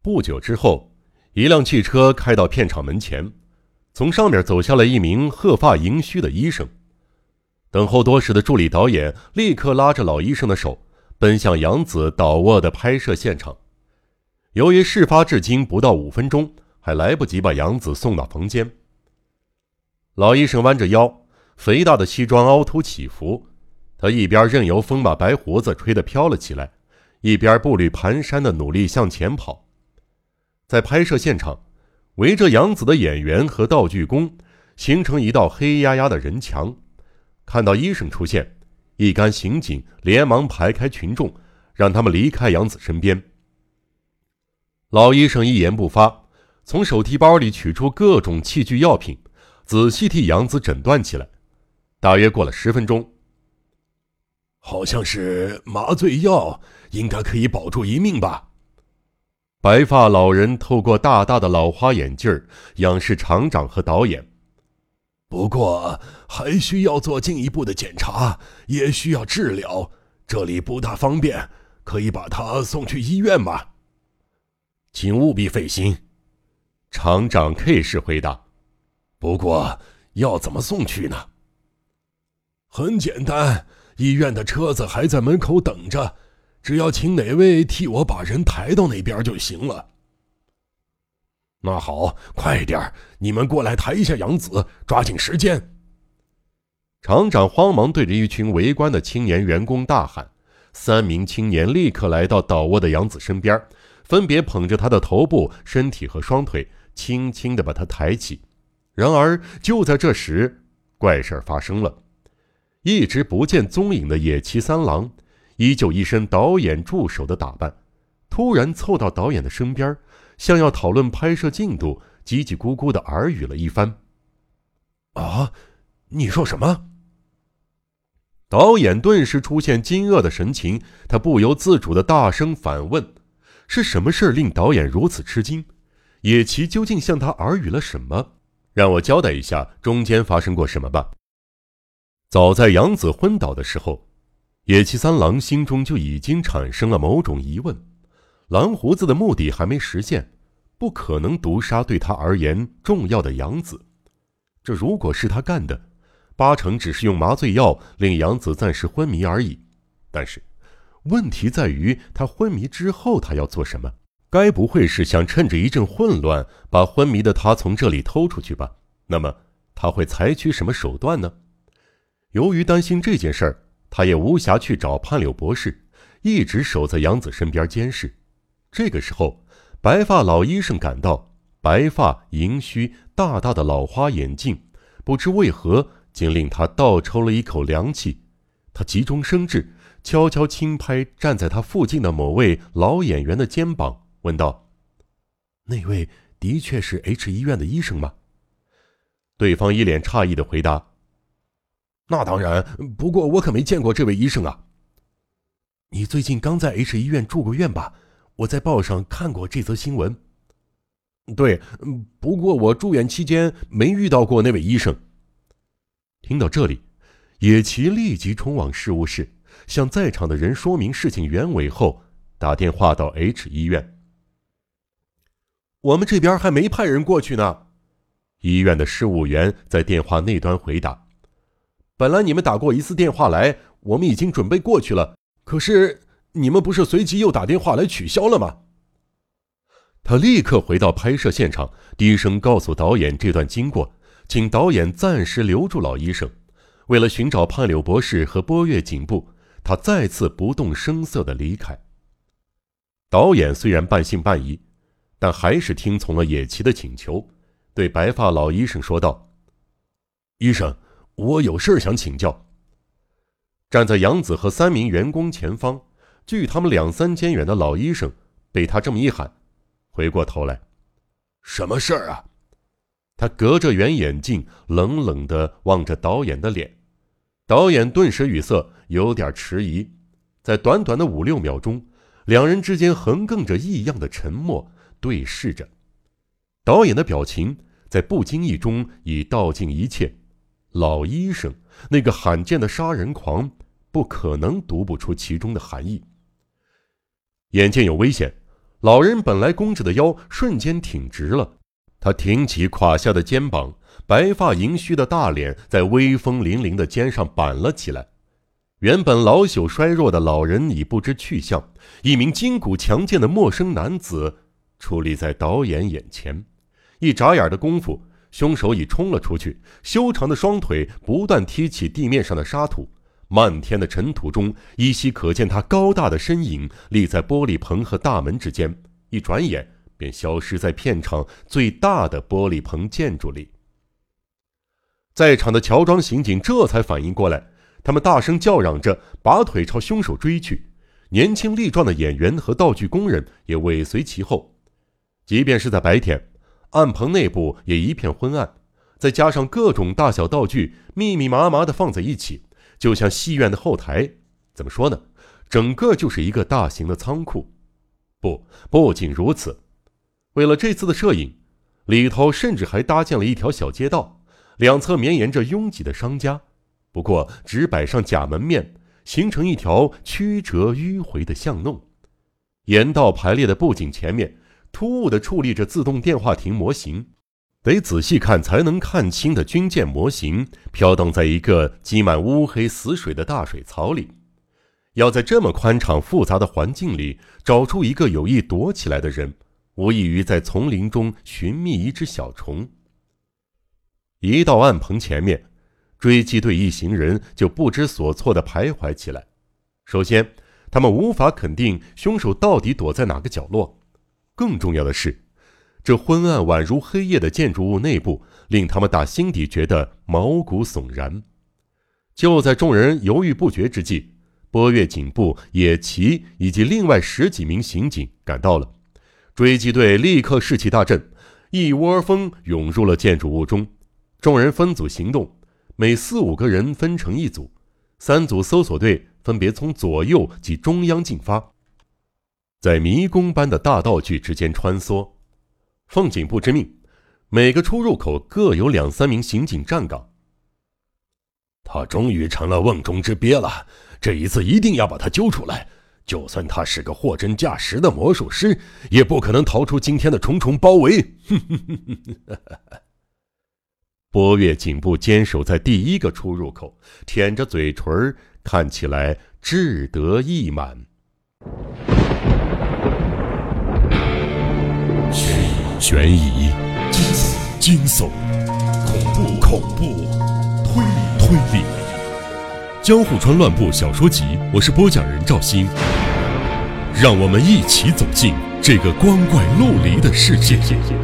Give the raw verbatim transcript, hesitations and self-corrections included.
不久之后，一辆汽车开到片场门前，从上面走下了一名鹤发银须的医生。等候多时的助理导演立刻拉着老医生的手，奔向杨子倒卧的拍摄现场。由于事发至今不到五分钟，还来不及把杨子送到房间。老医生弯着腰，肥大的西装凹凸起伏，他一边任由风把白胡子吹得飘了起来，一边步履蹒跚地努力向前跑。在拍摄现场，围着杨子的演员和道具工形成一道黑压压的人墙。看到医生出现，一干刑警连忙排开群众，让他们离开杨子身边。老医生一言不发，从手提包里取出各种器具药品，仔细替杨子诊断起来。大约过了十分钟， 好像是麻醉药，应该可以保住一命吧。 白发老人透过大大的老花眼镜仰视厂长和导演。 不过还需要做进一步的检查，也需要治疗，这里不大方便，可以把他送去医院吗？ 请务必费心。厂长 K 式回答。 不过要怎么送去呢？很简单，医院的车子还在门口等着，只要请哪位替我把人抬到那边就行了。那好，快点，你们过来抬一下杨子，抓紧时间。 厂长慌忙对着一群围观的青年员工大喊。三名青年立刻来到倒卧的杨子身边，分别捧着他的头部、身体和双腿，轻轻地把他抬起。然而就在这时，怪事发生了。一直不见踪影的野崎三郎，依旧一身导演助手的打扮，突然凑到导演的身边，像要讨论拍摄进度，叽叽咕咕地耳语了一番。 啊，你说什么？ 导演顿时出现惊愕的神情，他不由自主地大声反问：是什么事令导演如此吃惊？野崎究竟向他耳语了什么？让我交代一下中间发生过什么吧。早在杨子昏倒的时候，野崎三郎心中就已经产生了某种疑问。蓝胡子的目的还没实现，不可能毒杀对他而言重要的杨子。这如果是他干的，八成只是用麻醉药令杨子暂时昏迷而已。但是问题在于，他昏迷之后他要做什么？该不会是想趁着一阵混乱，把昏迷的他从这里偷出去吧？那么他会采取什么手段呢？由于担心这件事儿，他也无暇去找判柳博士，一直守在杨子身边监视。这个时候，白发老医生赶到，白发银须，大大的老花眼镜，不知为何竟令他倒抽了一口凉气。他急中生智，悄悄轻拍站在他附近的某位老演员的肩膀，问道：那位的确是 H 医院的医生吗？对方一脸诧异地回答： 那当然，不过我可没见过这位医生啊。 你最近刚在 H 医院住过院吧？我在报上看过这则新闻。 对，不过我住院期间没遇到过那位医生。 听到这里，野崎立即冲往事务室，向在场的人说明事情原委后，打电话到 H 医院。 我们这边还没派人过去呢。 医院的事务员在电话那端回答： 本来你们打过一次电话来，我们已经准备过去了，可是你们不是随即又打电话来取消了吗？ 他立刻回到拍摄现场，低声告诉导演这段经过，请导演暂时留住老医生。为了寻找判柳博士和波月警部，他再次不动声色地离开。导演虽然半信半疑，但还是听从了野崎的请求，对白发老医生说道：医生，我有事想请教。站在杨子和三名员工前方，距他们两三间远的老医生被他这么一喊，回过头来： 什么事儿啊？ 他隔着圆眼镜冷冷地望着导演的脸。导演顿时语塞，有点迟疑。在短短的五六秒钟，两人之间横亘着异样的沉默，对视着。导演的表情在不经意中已道尽一切。老医生，那个罕见的杀人狂，不可能读不出其中的含义。眼见有危险， 老人本来弓着的腰瞬间挺直了，他挺起垮下的肩膀，白发银须的大脸在威风凛凛的肩上板了起来。原本老朽衰弱的老人已不知去向，一名筋骨强健的陌生男子矗立在导演眼前。一眨眼的功夫，凶手已冲了出去，修长的双腿不断踢起地面上的沙土，漫天的尘土中依稀可见他高大的身影立在玻璃棚和大门之间，一转眼便消失在片场最大的玻璃棚建筑里。在场的乔装刑警这才反应过来，他们大声叫嚷着拔腿朝凶手追去，年轻力壮的演员和道具工人也尾随其后。即便是在白天，暗棚内部也一片昏暗，再加上各种大小道具密密麻麻地放在一起，就像戏院的后台，怎么说呢，整个就是一个大型的仓库。不，不仅如此，为了这次的摄影，里头甚至还搭建了一条小街道，两侧绵延着拥挤的商家，不过只摆上假门面，形成一条曲折迂回的巷弄。沿道排列的布景前面突兀地矗立着自动电话亭模型，得仔细看才能看清的军舰模型飘荡在一个积满乌黑死水的大水槽里。要在这么宽敞复杂的环境里找出一个有意躲起来的人，无异于在丛林中寻觅一只小虫。一到暗棚前面，追击队一行人就不知所措地徘徊起来。首先，他们无法肯定凶手到底躲在哪个角落，更重要的是，这昏暗宛如黑夜的建筑物内部令他们打心底觉得毛骨悚然。就在众人犹豫不决之际，波越警部、野崎以及另外十几名刑警赶到了。追击队立刻士气大振，一窝蜂涌入了建筑物中。众人分组行动，每四五个人分成一组，三组搜索队分别从左右及中央进发，在迷宫般的大道具之间穿梭。奉警部之命，每个出入口各有两三名刑警站岗。 他终于成了瓮中之鳖了，这一次一定要把他揪出来，就算他是个货真价实的魔术师，也不可能逃出今天的重重包围。 波越警部坚守在第一个出入口，舔着嘴唇，看起来志得意满。 悬疑、惊悚、恐怖、恐怖、推理、推理。江户川乱步小说集，我是播讲人赵鑫，让我们一起走进这个光怪陆离的世界。